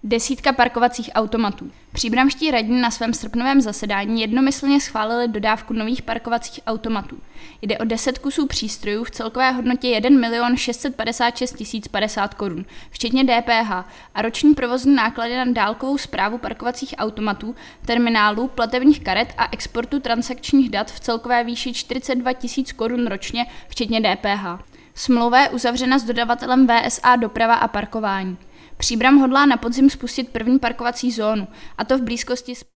Desítka parkovacích automatů. Příbramští radní na svém srpnovém zasedání jednomyslně schválili dodávku nových parkovacích automatů. Jde o 10 kusů přístrojů v celkové hodnotě 1 656 050 korun, včetně DPH, a roční provozní náklady na dálkovou správu parkovacích automatů, terminálů, platebních karet a exportu transakčních dat v celkové výši 42 000 korun ročně, včetně DPH. Smlouva je uzavřena s dodavatelem VSA Doprava a parkování. Příbram hodlá na podzim spustit první parkovací zónu, a to v blízkosti